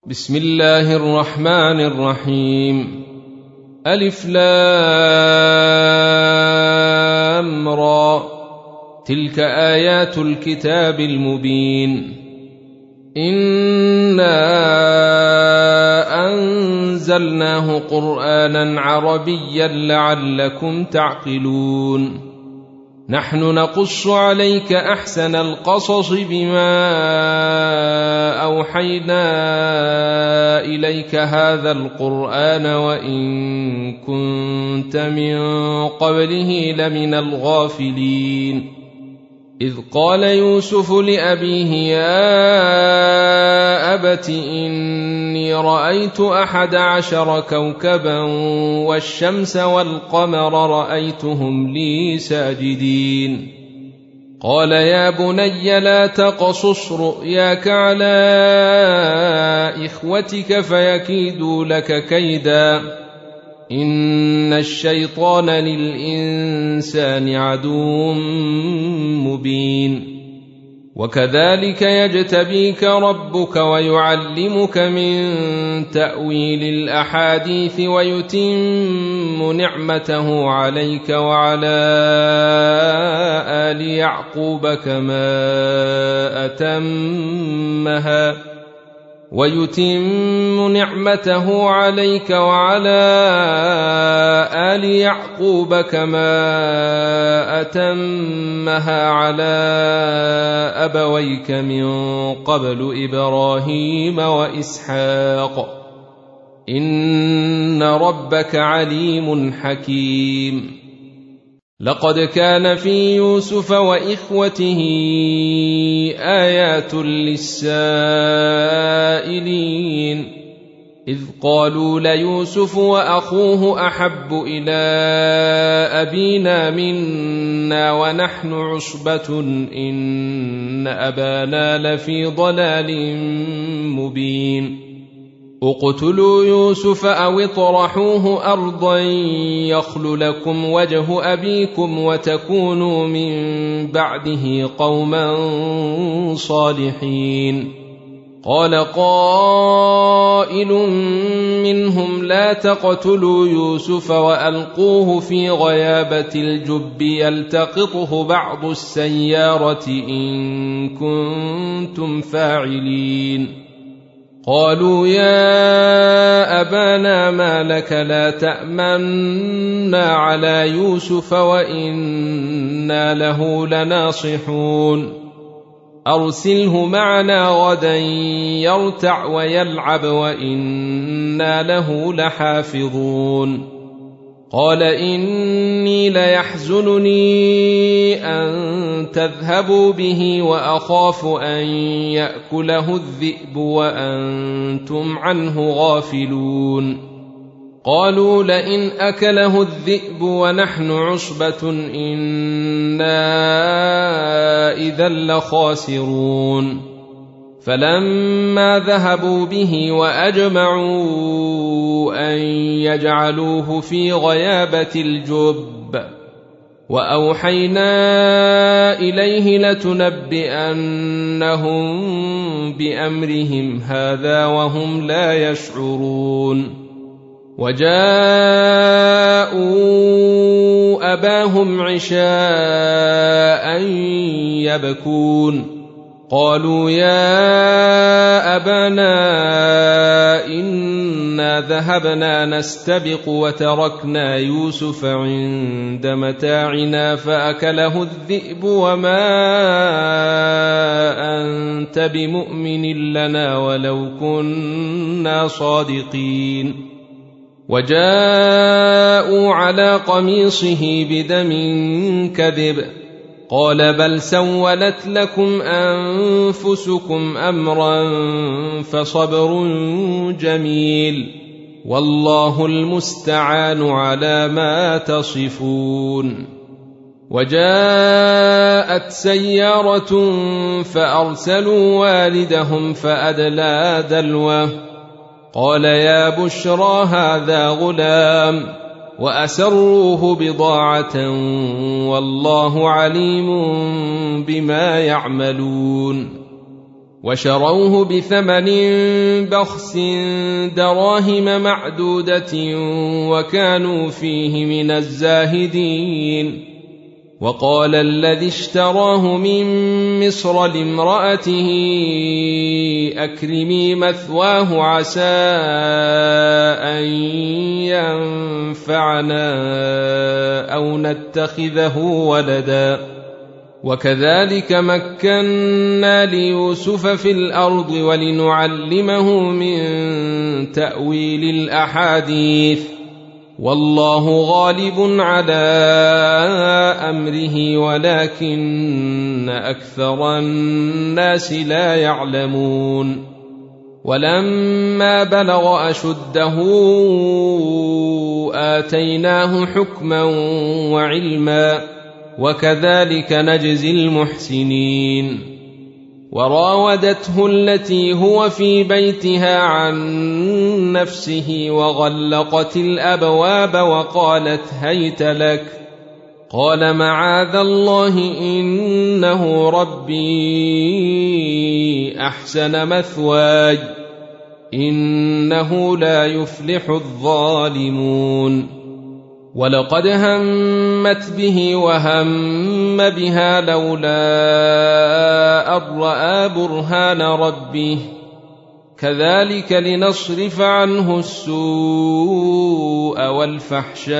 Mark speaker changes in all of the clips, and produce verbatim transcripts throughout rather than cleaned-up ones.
Speaker 1: بسم الله الرحمن الرحيم. ألف لام را، تلك آيات الكتاب المبين. إنا أنزلناه قرآنا عربيا لعلكم تعقلون. نحن نقص عليك أحسن القصص بما أوحينا إليك هذا القرآن وإن كنت من قبله لمن الغافلين. إذ قال يوسف لأبيه يا أبت إني رأيت أحد عشر كوكبا والشمس والقمر رأيتهم لي ساجدين. قال يا بني لا تقصص رؤياك على إخوتك فيكيدوا لك كيدا إن الشيطان للإنسان عدو مبين. وكذلك يجتبيك ربك ويعلمك من تأويل الأحاديث ويتم نعمته عليك وعلى آل يعقوب كما أتمها ويتم نعمته عليك وعلى آل يعقوب كما أتمها على أبويك من قبل إبراهيم وإسحاق إن ربك عليم حكيم. لقد كان في يوسف وإخوته آيات للسائلين إذ قالوا ليوسف وأخوه أحب إلى أبينا منا ونحن عصبة إن أبانا لفي ضلال مبين. اقتلوا يوسف أو اطرحوه أرضا يخل لكم وجه أبيكم وتكونوا من بعده قوما صالحين. قال قائل منهم لا تقتلوا يوسف وألقوه في غيابة الجب يلتقطه بعض السيارة إن كنتم فاعلين. قالوا يا أبانا ما لك لا تأمنا على يوسف وإنا له لناصحون أرسله معنا غدا يرتع ويلعب وإنا له لحافظون. قال إني ليحزنني أن تذهبوا به وأخاف أن يأكله الذئب وأنتم عنه غافلون. قالوا لئن أكله الذئب ونحن عصبة إنا إذا لخاسرون. فلما ذهبوا به وأجمعوا أن يجعلوه في غيابة الجب وأوحينا إليه لتنبئنهم بأمرهم هذا وهم لا يشعرون. وجاءوا أباهم عشاء يبكون. قالوا يا أبانا إنا ذهبنا نستبق وتركنا يوسف عند متاعنا فأكله الذئب وما أنت بمؤمن لنا ولو كنا صادقين. وجاءوا على قميصه بدم كذب قال بل سولت لكم أنفسكم أمرا فصبر جميل والله المستعان على ما تصفون. وجاءت سيارة فأرسلوا والدهم فأدلى دلوه قال يا بشرى هذا غلام وأسروه بضاعة والله عليم بما يعملون. وشروه بثمن بخس دراهم معدودة وكانوا فيه من الزاهدين. وقال الذي اشتراه من مصر لامرأته أكرمي مثواه عسى أن ينفعنا أو نتخذه ولدا وكذلك مكنا ليوسف في الأرض ولنعلمه من تأويل الأحاديث والله غالب على أمره ولكن أكثر الناس لا يعلمون. ولما بلغ أشده آتيناه حكما وعلما وكذلك نجزي المحسنين. وراودته التي هو في بيتها عن نفسه وغلقت الأبواب وقالت هيت لك قال معاذ الله إنه ربي أحسن مثواي إنه لا يفلح الظالمون. ولقد همت به وهم بها لولا أن رأى برهان ربه كذلك لنصرف عنه السوء والفحشاء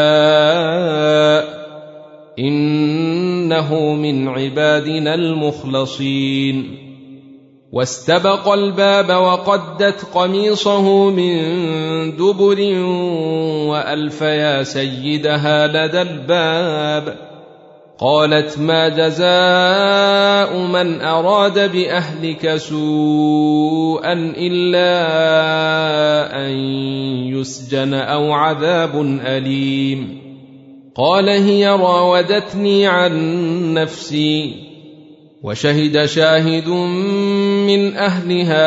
Speaker 1: إنه من عبادنا المخلصين. واستبق الباب وقدت قميصه من دبر وألف يا سيدها لدى الباب قالت ما جزاء من أراد بأهلك سوءا إلا أن يسجن أو عذاب أليم. قال هي راودتني عن نفسي وشهد شاهد من أهلها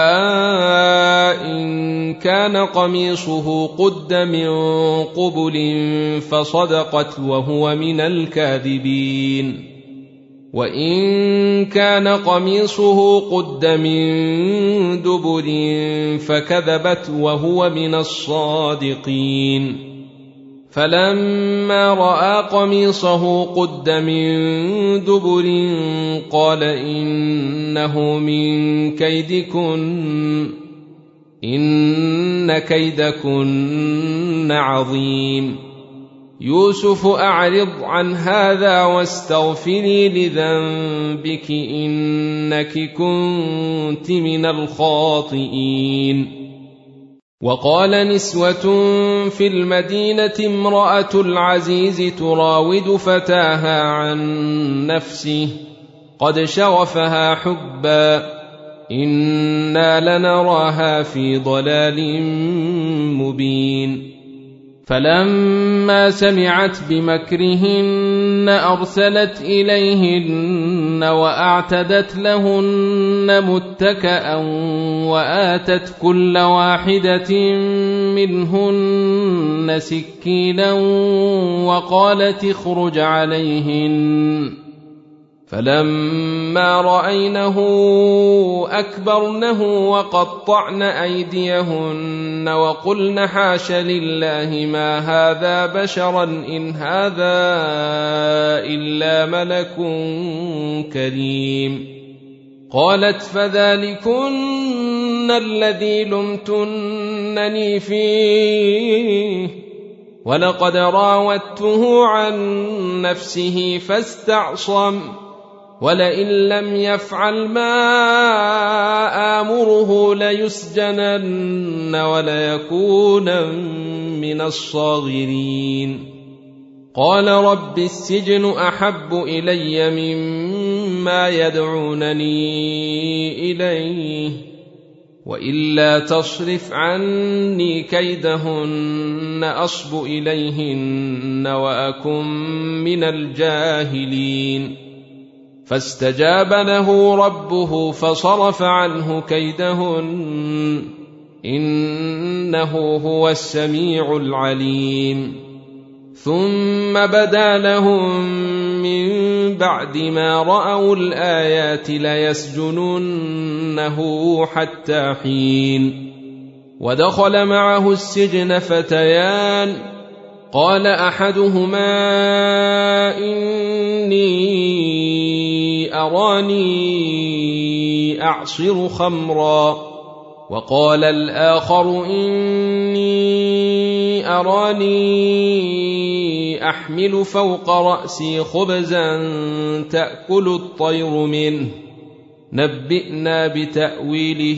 Speaker 1: إن كان قميصه قد من قبل فصدقت وهو من الكاذبين وإن كان قميصه قد من دبر فكذبت وهو من الصادقين. فلما رأى قميصه قد من دبر قال إنه من كيدكن إن كيدكن عظيم. يوسف أعرض عن هذا واستغفري لذنبك إنك كنت من الخاطئين. وقال نسوة في المدينة امرأة العزيز تراود فتاها عن نفسه قد شغفها حبا إنا لنراها في ضلال مبين. فلما سمعت بمكرهن أرسلت إليهن وأعتدت لهن متكأ وآتت كل واحدة منهن سكينا وقالت اخرج عليهن. فلما رأينه أكبرنه وقطعن أيديهن وقلن حاش لله ما هذا بشرا إن هذا إلا ملك كريم. قالت فذلكن الذي لمتنني فيه ولقد راودته عن نفسه فاستعصم ولئن لم يفعل ما آمره ليسجنن وليكونن من الصاغرين. قال رب السجن أحب إلي مما يدعونني إليه وإلا تصرف عني كيدهن أصب إليهن وأكن من الجاهلين. فاستجاب له ربه فصرف عنه كيدهن إنه هو السميع العليم. ثم بدا لهم من بعد ما رأوا الآيات ليسجننه حتى حين. ودخل معه السجن فتيان، قال أحدهما إني أراني أعصر خمرا، وقال الآخر إني أراني أحمل فوق رأسي خبزا تأكل الطير منه، نبئنا بتأويله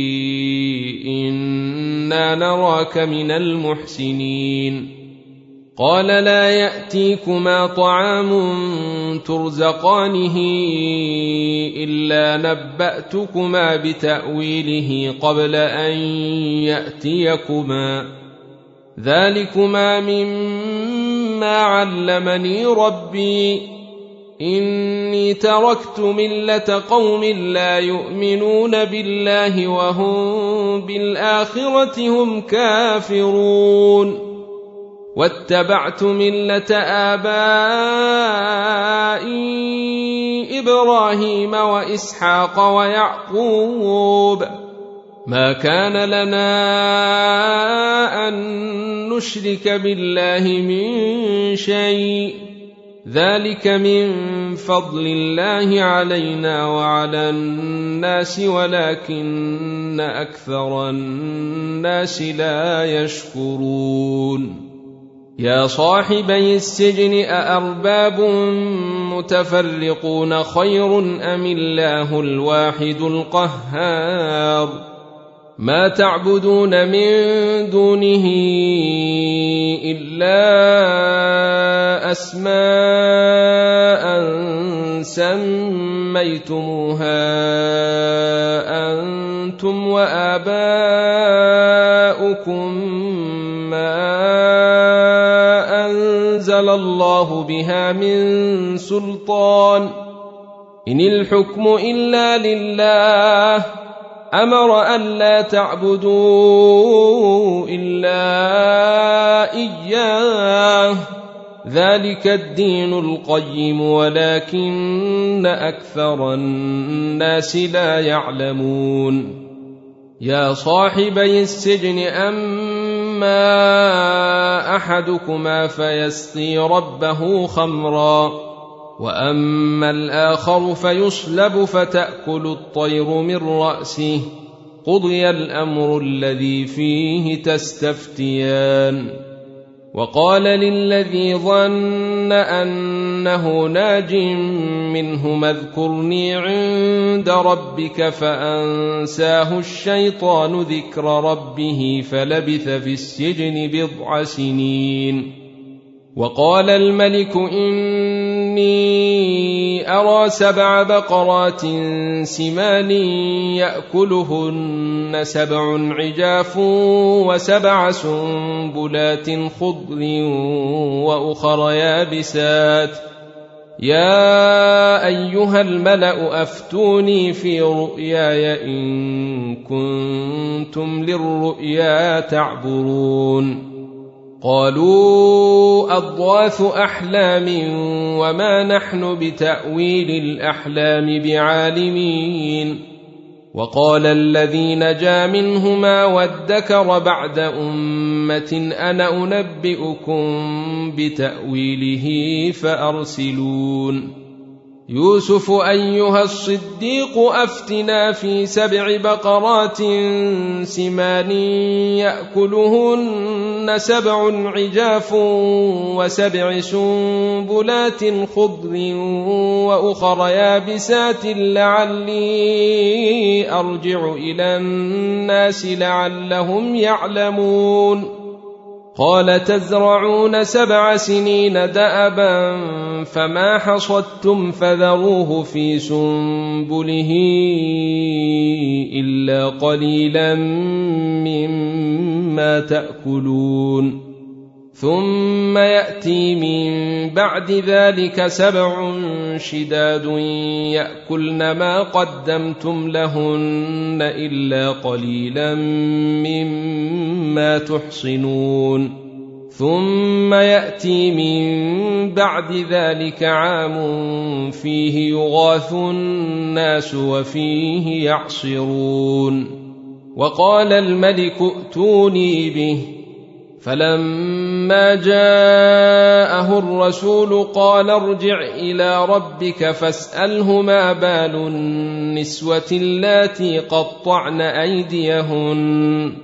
Speaker 1: إنا نراك من المحسنين. قال لا يأتيكما طعام ترزقانه إلا نبأتكما بتأويله قبل أن يأتيكما، ذلكما مما علمني ربي، إني تركت ملة قوم لا يؤمنون بالله وهم بالآخرة هم كافرون، واتبعت ملة آبائي إبراهيم وإسحاق ويعقوب، ما كان لنا أن نشرك بالله من شيء، ذلك من فضل الله علينا وعلى الناس ولكن أكثر الناس لا يشكرون. يا صاحبي السجن أأرباب متفرقون خير أم الله الواحد القهار، ما تعبدون من دونه إلا أسماء سميتموها أنتم وآباؤكم ما أنزل الله بها من سلطان، إن الحكم إلا لله، أمر ألا تعبدوا إلا إياه، ذلك الدين القيم ولكن أكثر الناس لا يعلمون. يا صاحبي السجن أما أحدكما فيسقي ربه خمرا، وأما الآخر فيصلب فتأكل الطير من رأسه، قضي الأمر الذي فيه تستفتيان. وقال للذي ظن أنه ناج منهما اذكرني عند ربك فأنساه الشيطان ذكر ربه فلبث في السجن بضع سنين. وقال الملك إني أرى سبع بقرات سمان يأكلهن سبع عجاف وسبع سنبلات خضر وأخر يابسات، يا أيها الملأ أفتوني في رؤياي إن كنتم للرؤيا تعبرون. قالوا أضغاث أحلام وما نحن بتأويل الأحلام بعالمين. وقال الذي نجا منهما وادكر بعد أمة أنا أنبئكم بتأويله فأرسلون. يوسف أيها الصديق أفتنا في سبع بقرات سمان يأكلهن سبع عجاف وسبع سنبلات خضر وأخر يابسات لعلي أرجع إلى الناس لعلهم يعلمون. قال تزرعون سبع سنين دأبا فما حصدتم فذروه في سنبله إلا قليلا مما تأكلون. ثم يأتي من بعد ذلك سبع شداد يأكلن ما قدمتم لهن إلا قليلا مما تحصنون. ثم يأتي من بعد ذلك عام فيه يغاث الناس وفيه يعصرون. وقال الملك ائتوني به، فلما جاءه الرسول قال ارجع إلى ربك فاسأله ما بال النسوة اللاتي قطعن أيديهن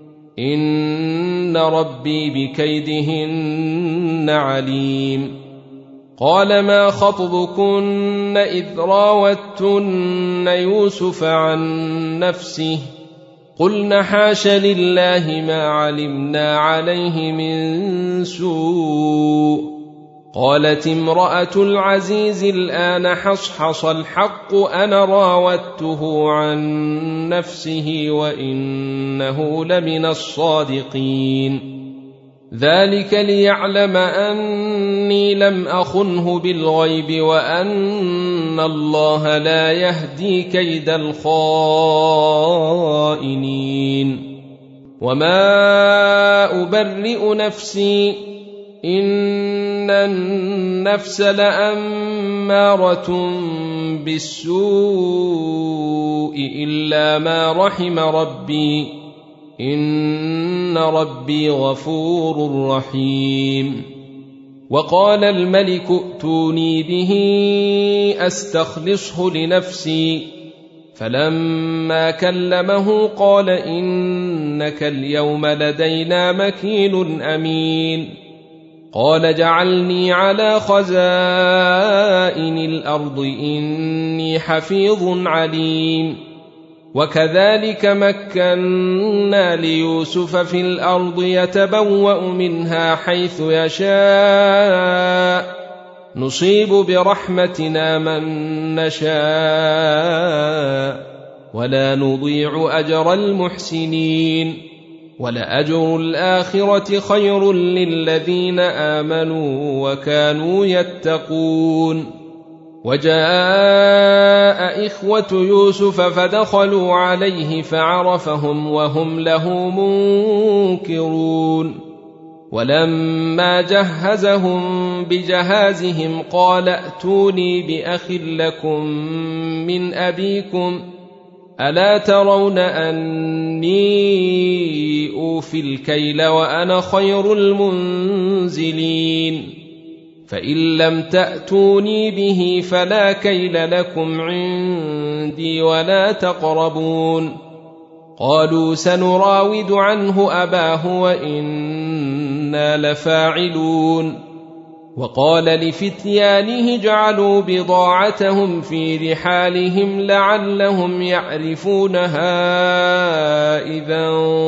Speaker 1: إن ربي بكيدهن عليم. قال ما خطبكن إذ راوتن يوسف عن نفسه قلن حاش لله ما علمنا عليه من سوء. قالت امرأة العزيز الآن حصحص الحق أنا راودته عن نفسه وإنه لمن الصادقين. ذلك ليعلم أني لم أخنه بالغيب وأن الله لا يهدي كيد الخائنين. وما أبرئ نفسي إن النفس لأمارة بالسوء إلا ما رحم ربي إن ربي غفور رحيم. وقال الملك ائتوني به أستخلصه لنفسي، فلما كلمه قال إنك اليوم لدينا مكين أمين. قال جعلني على خزائن الأرض إني حفيظ عليم. وكذلك مكنا ليوسف في الأرض يتبوأ منها حيث يشاء نصيب برحمتنا من نشاء ولا نضيع أجر المحسنين ولأجر الآخرة خير للذين آمنوا وكانوا يتقون. وجاء إخوة يوسف فدخلوا عليه فعرفهم وهم له منكرون. ولما جهزهم بجهازهم قال ائتوني بأخ لكم من أبيكم ألا ترون أني أوفي الكيل وأنا خير المنزلين. فإن لم تأتوني به فلا كيل لكم عندي ولا تقربون. قالوا سنراود عنه أباه وإنا لفاعلون. وقال لفتيانه اجعلوا بضاعتهم في رحالهم لعلهم يعرفونها إذا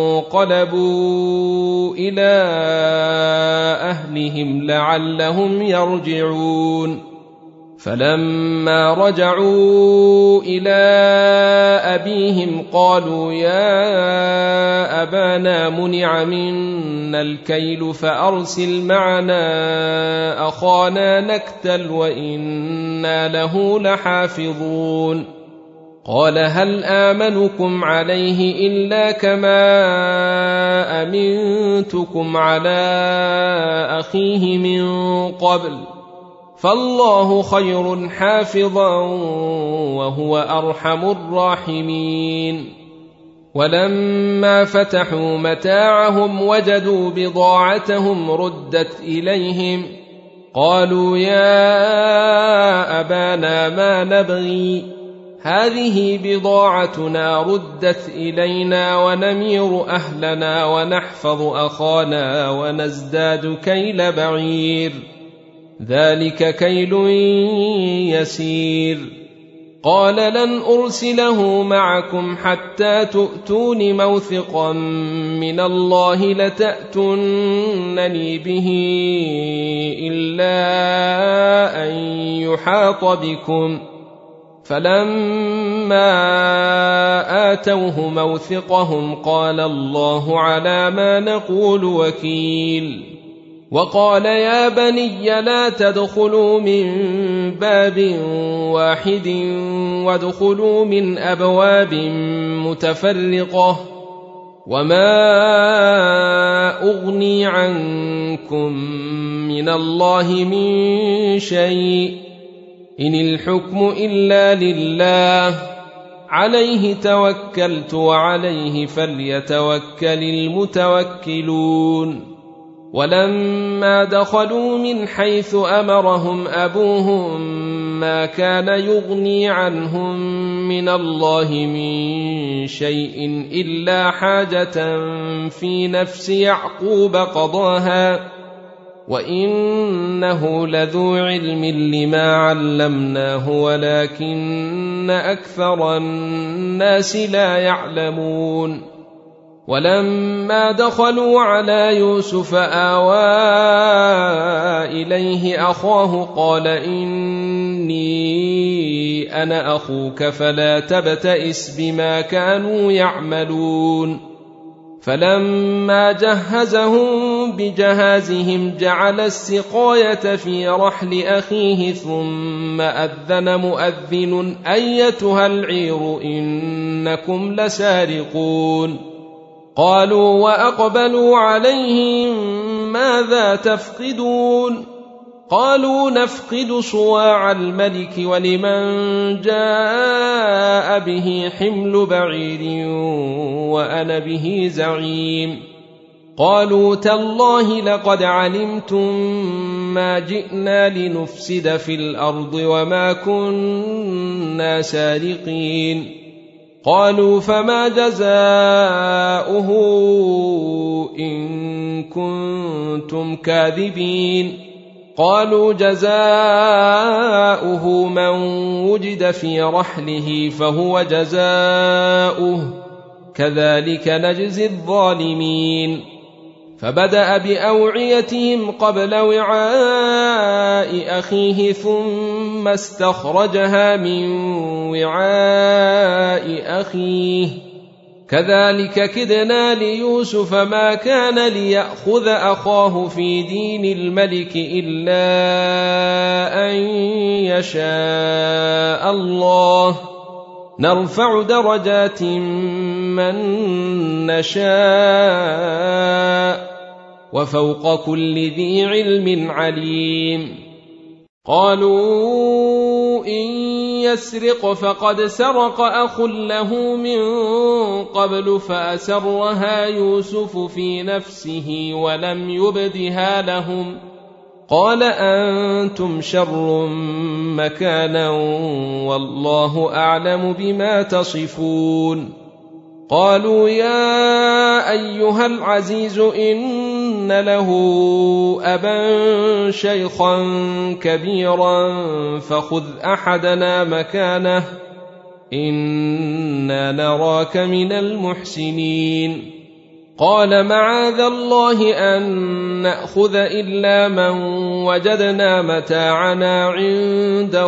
Speaker 1: انقلبوا إلى أهلهم لعلهم يرجعون. فلما رجعوا إلى أبيهم قالوا يا أبانا منع منا الكيل فأرسل معنا أخانا نكتل وإنا له لحافظون. قال هل آمنكم عليه إلا كما أمنتكم على أخيه من قبل فالله خير حافظا وهو أرحم الراحمين. ولما فتحوا متاعهم وجدوا بضاعتهم ردت إليهم قالوا يا أبانا ما نبغي هذه بضاعتنا ردت إلينا ونمير أهلنا ونحفظ أخانا ونزداد كيل بعير ذلك كيل يسير. قال لن أرسله معكم حتى تؤتون موثقا من الله لتأتونني به إلا أن يحاط بكم. فلما آتوه موثقهم قال الله على ما نقول وكيل. وقال يا بني لا تدخلوا من باب واحد وادخلوا من أبواب متفرقة وما أغني عنكم من الله من شيء إن الحكم إلا لله عليه توكلت وعليه فليتوكل المتوكلون ولما دخلوا من حيث أمرهم أبوهم ما كان يغني عنهم من الله من شيء إلا حاجة في نفس يعقوب قضاها وإنه لذو علم لما علمناه ولكن أكثر الناس لا يعلمون ولما دخلوا على يوسف آوى إليه أخاه قال إني أنا أخوك فلا تبتئس بما كانوا يعملون فلما جهزهم بجهازهم جعل السقاية في رحل أخيه ثم أذن مؤذن أيتها العير إنكم لسارقون قالوا وأقبلوا عليهم ماذا تفقدون قالوا نفقد صواع الملك ولمن جاء به حمل بعير وأنا به زعيم قالوا تالله لقد علمتم ما جئنا لنفسد في الأرض وما كنا سارقين قالوا فما جزاؤه إن كنتم كاذبين قالوا جزاؤه من وجد في رحله فهو جزاؤه كذلك نجزي الظالمين فبدأ بأوعيتهم قبل وعاء أخيه ثم استخرجها من وعاء أخيه كذلك كدنا ليوسف ما كان ليأخذ أخاه في دين الملك إلا أن يشاء الله نرفع درجات من نشاء وفوق كل ذي علم عليم قالوا إن يسرق فقد سرق أخ له من قبل فأسرها يوسف في نفسه ولم يبدها لهم قال أنتم شر مكانا والله أعلم بما تصفون قالوا يا أيها العزيز إن له أبا شيخا كبيرا فخذ أحدنا مكانه إنا نراك من المحسنين قال معاذ الله أن نأخذ إلا من وجدنا متاعنا عنده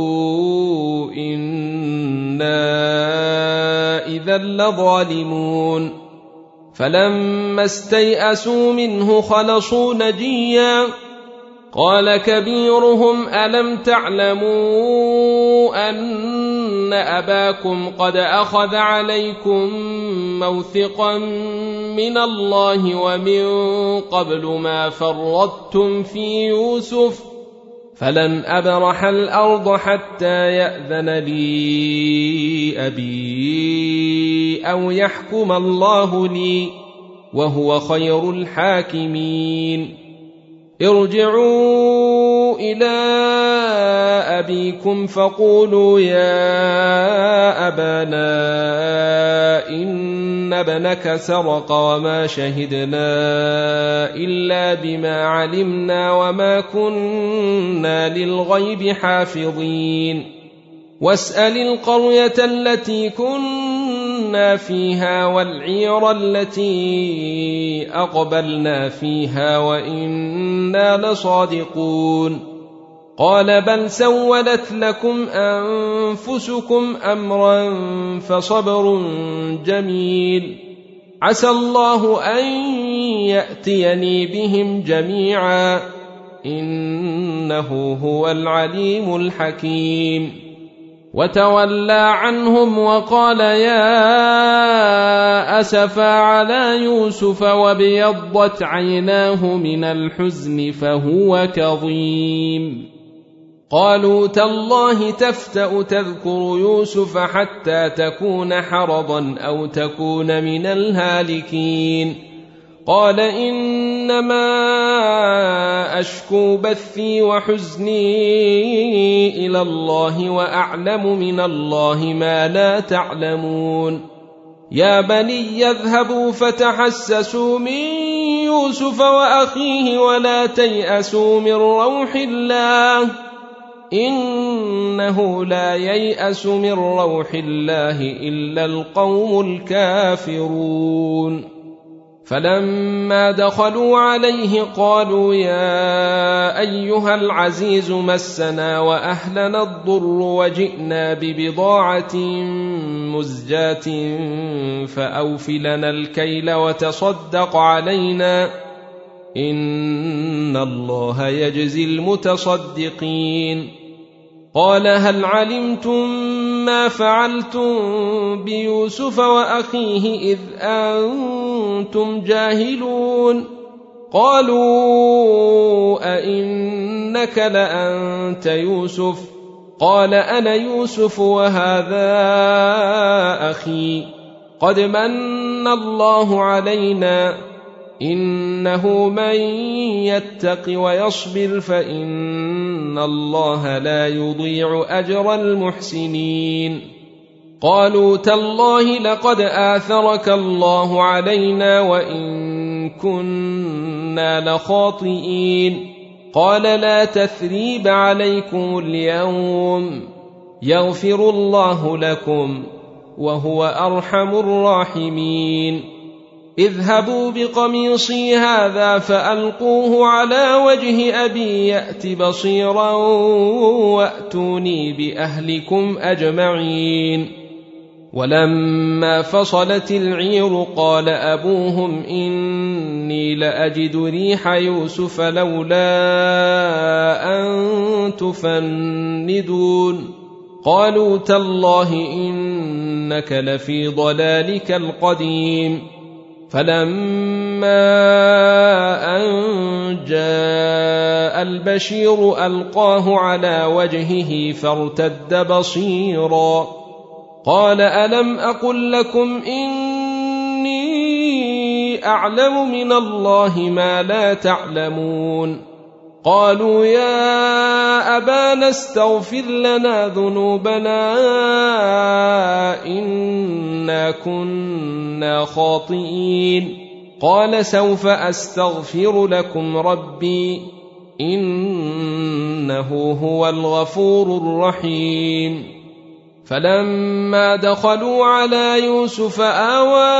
Speaker 1: إنا إذا لظالمون فلما استيئسوا منه خلصوا نجيا قال كبيرهم ألم تعلموا أن أباكم قد أخذ عليكم موثقا من الله ومن قبل ما فرطتم في يوسف فلن أبرح الأرض حتى يأذن لي أبي أو يحكم الله لي وهو خير الحاكمين ارجعوا إلى أبيكم فقولوا يا أبانا إن ابنك سرق وما شهدنا إلا بما علمنا وما كنا للغيب حافظين واسأل القرية التي كنا فيها والعير التي أقبلنا فيها وإنا لصادقون قال بل سولت لكم أنفسكم أمرا فصبر جميل عسى الله أن يأتيني بهم جميعا إنه هو العليم الحكيم وتولى عنهم وقال يا أسفا على يوسف وابيضت عيناه من الحزن فهو كظيم. قالوا تالله تفتأ تذكر يوسف حتى تكون حرضا أو تكون من الهالكين. قال إنما أشكو بثي وحزني إلى الله وأعلم من الله ما لا تعلمون. يا بني يذهبوا فتحسسوا من يوسف وأخيه ولا تيأسوا من روح الله إنه لا ييأس من روح الله إلا القوم الكافرون. فلما دخلوا عليه قالوا يا أيها العزيز مسنا وأهلنا الضر وجئنا ببضاعة مزجاة فأوف لنا الكيل وتصدق علينا إن الله يجزي المتصدقين. قال هل علمتم ما فعلتم بيوسف وأخيه إذ أنتم جاهلون؟ قالوا أئنك لأنت يوسف؟ قال أنا يوسف وهذا أخي قد من الله علينا إنه من يتق ويصبر فإن الله لا يضيع أجر المحسنين. قالوا تالله لقد آثرك الله علينا وإن كنا لخاطئين. قال لا تثريب عليكم اليوم يغفر الله لكم وهو أرحم الراحمين. اذهبوا بقميصي هذا فألقوه على وجه أبي يأت بصيرا وأتوني بأهلكم أجمعين. ولما فصلت العير قال أبوهم إني لأجد ريح يوسف لولا أن تفندون. قالوا تالله إنك لفي ضلالك القديم. فلما أن جاء البشير ألقاه على وجهه فارتد بصيرا قال ألم أقل لكم إني أعلم من الله ما لا تعلمون؟ قالوا يا أبانا استغفر لنا ذنوبنا إنا كنا خاطئين. قال سوف أستغفر لكم ربي إنه هو الغفور الرحيم. فلما دخلوا على يوسف آوى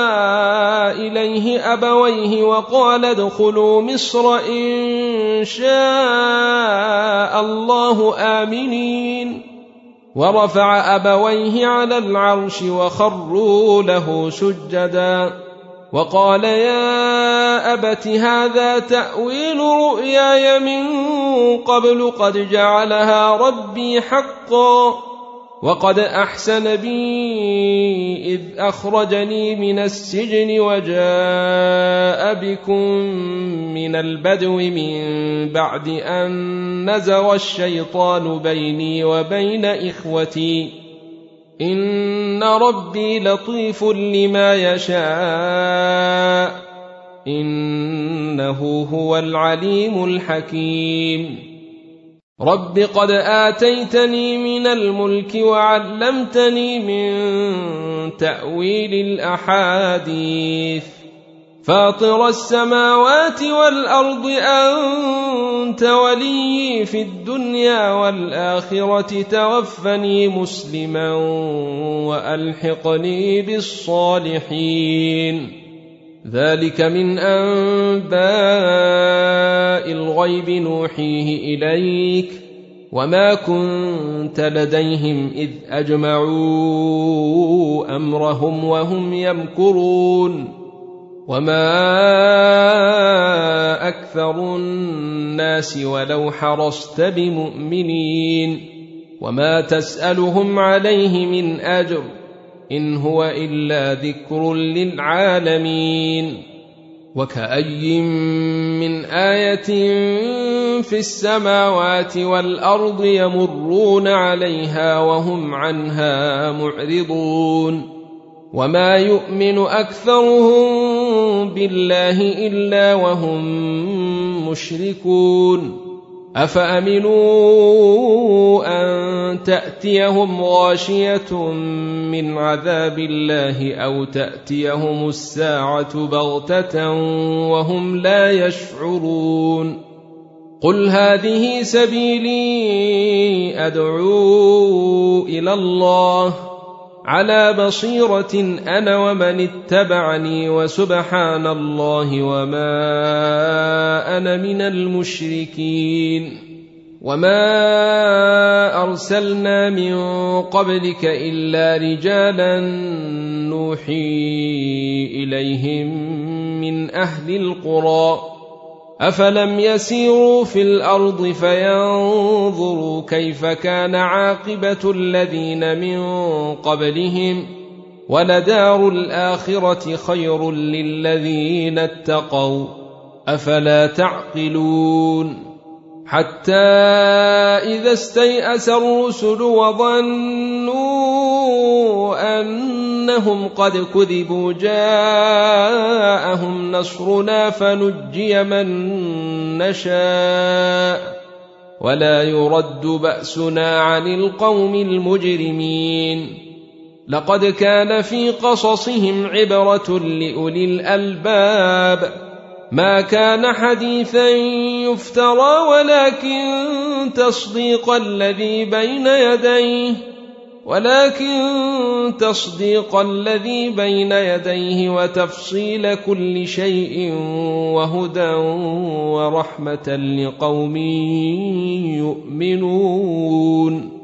Speaker 1: إليه أبويه وقال ادخلوا مصر إن شاء الله آمنين. ورفع أبويه على العرش وخروا له سجدا وقال يا أبت هذا تأويل رؤياي من قبل قد جعلها ربي حقا وقد أحسن بي إذ أخرجني من السجن وجاء بكم من البدو من بعد أن نزغ الشيطان بيني وبين إخوتي إن ربي لطيف لما يشاء إنه هو العليم الحكيم. رب قد آتيتني من الملك وعلمتني من تأويل الأحاديث فاطر السماوات والأرض أنت ولي في الدنيا والآخرة توفني مسلما وألحقني بالصالحين. ذلك من أنباء الغيب نوحيه إليك وما كنت لديهم إذ أجمعوا أمرهم وهم يمكرون وما أكثر الناس ولو حرصت بمؤمنين وما تسألهم عليه من أجر إن هو إلا ذكر للعالمين. وكأي من آية في السماوات والأرض يمرون عليها وهم عنها معرضون وما يؤمن أكثرهم بالله إلا وهم مشركون. أفأمنوا أن تأتيهم غاشية من عذاب الله أو تأتيهم الساعة بغتة وهم لا يشعرون. قل هذه سبيلي أدعو إلى الله على بصيرة أنا ومن اتبعني وسبحان الله وما أنا من المشركين. وما أرسلنا من قبلك إلا رجالا نوحي إليهم من أهل القرى أفلم يسيروا في الأرض فينظروا كيف كان عاقبة الذين من قبلهم ولدار الآخرة خير للذين اتقوا أفلا تعقلون. حتى إذا استيأس الرسل وظنوا أنهم قد كذبوا جاءهم نصرنا فنجي من نشاء ولا يرد بأسنا عن القوم المجرمين. لقد كان في قصصهم عبرة لأولي الألباب ما كان حديثا يفترى ولكن تصديق الذي بين يديه ولكن تصديق الذي بين يديه وتفصيل كل شيء وهدى ورحمة لقوم يؤمنون.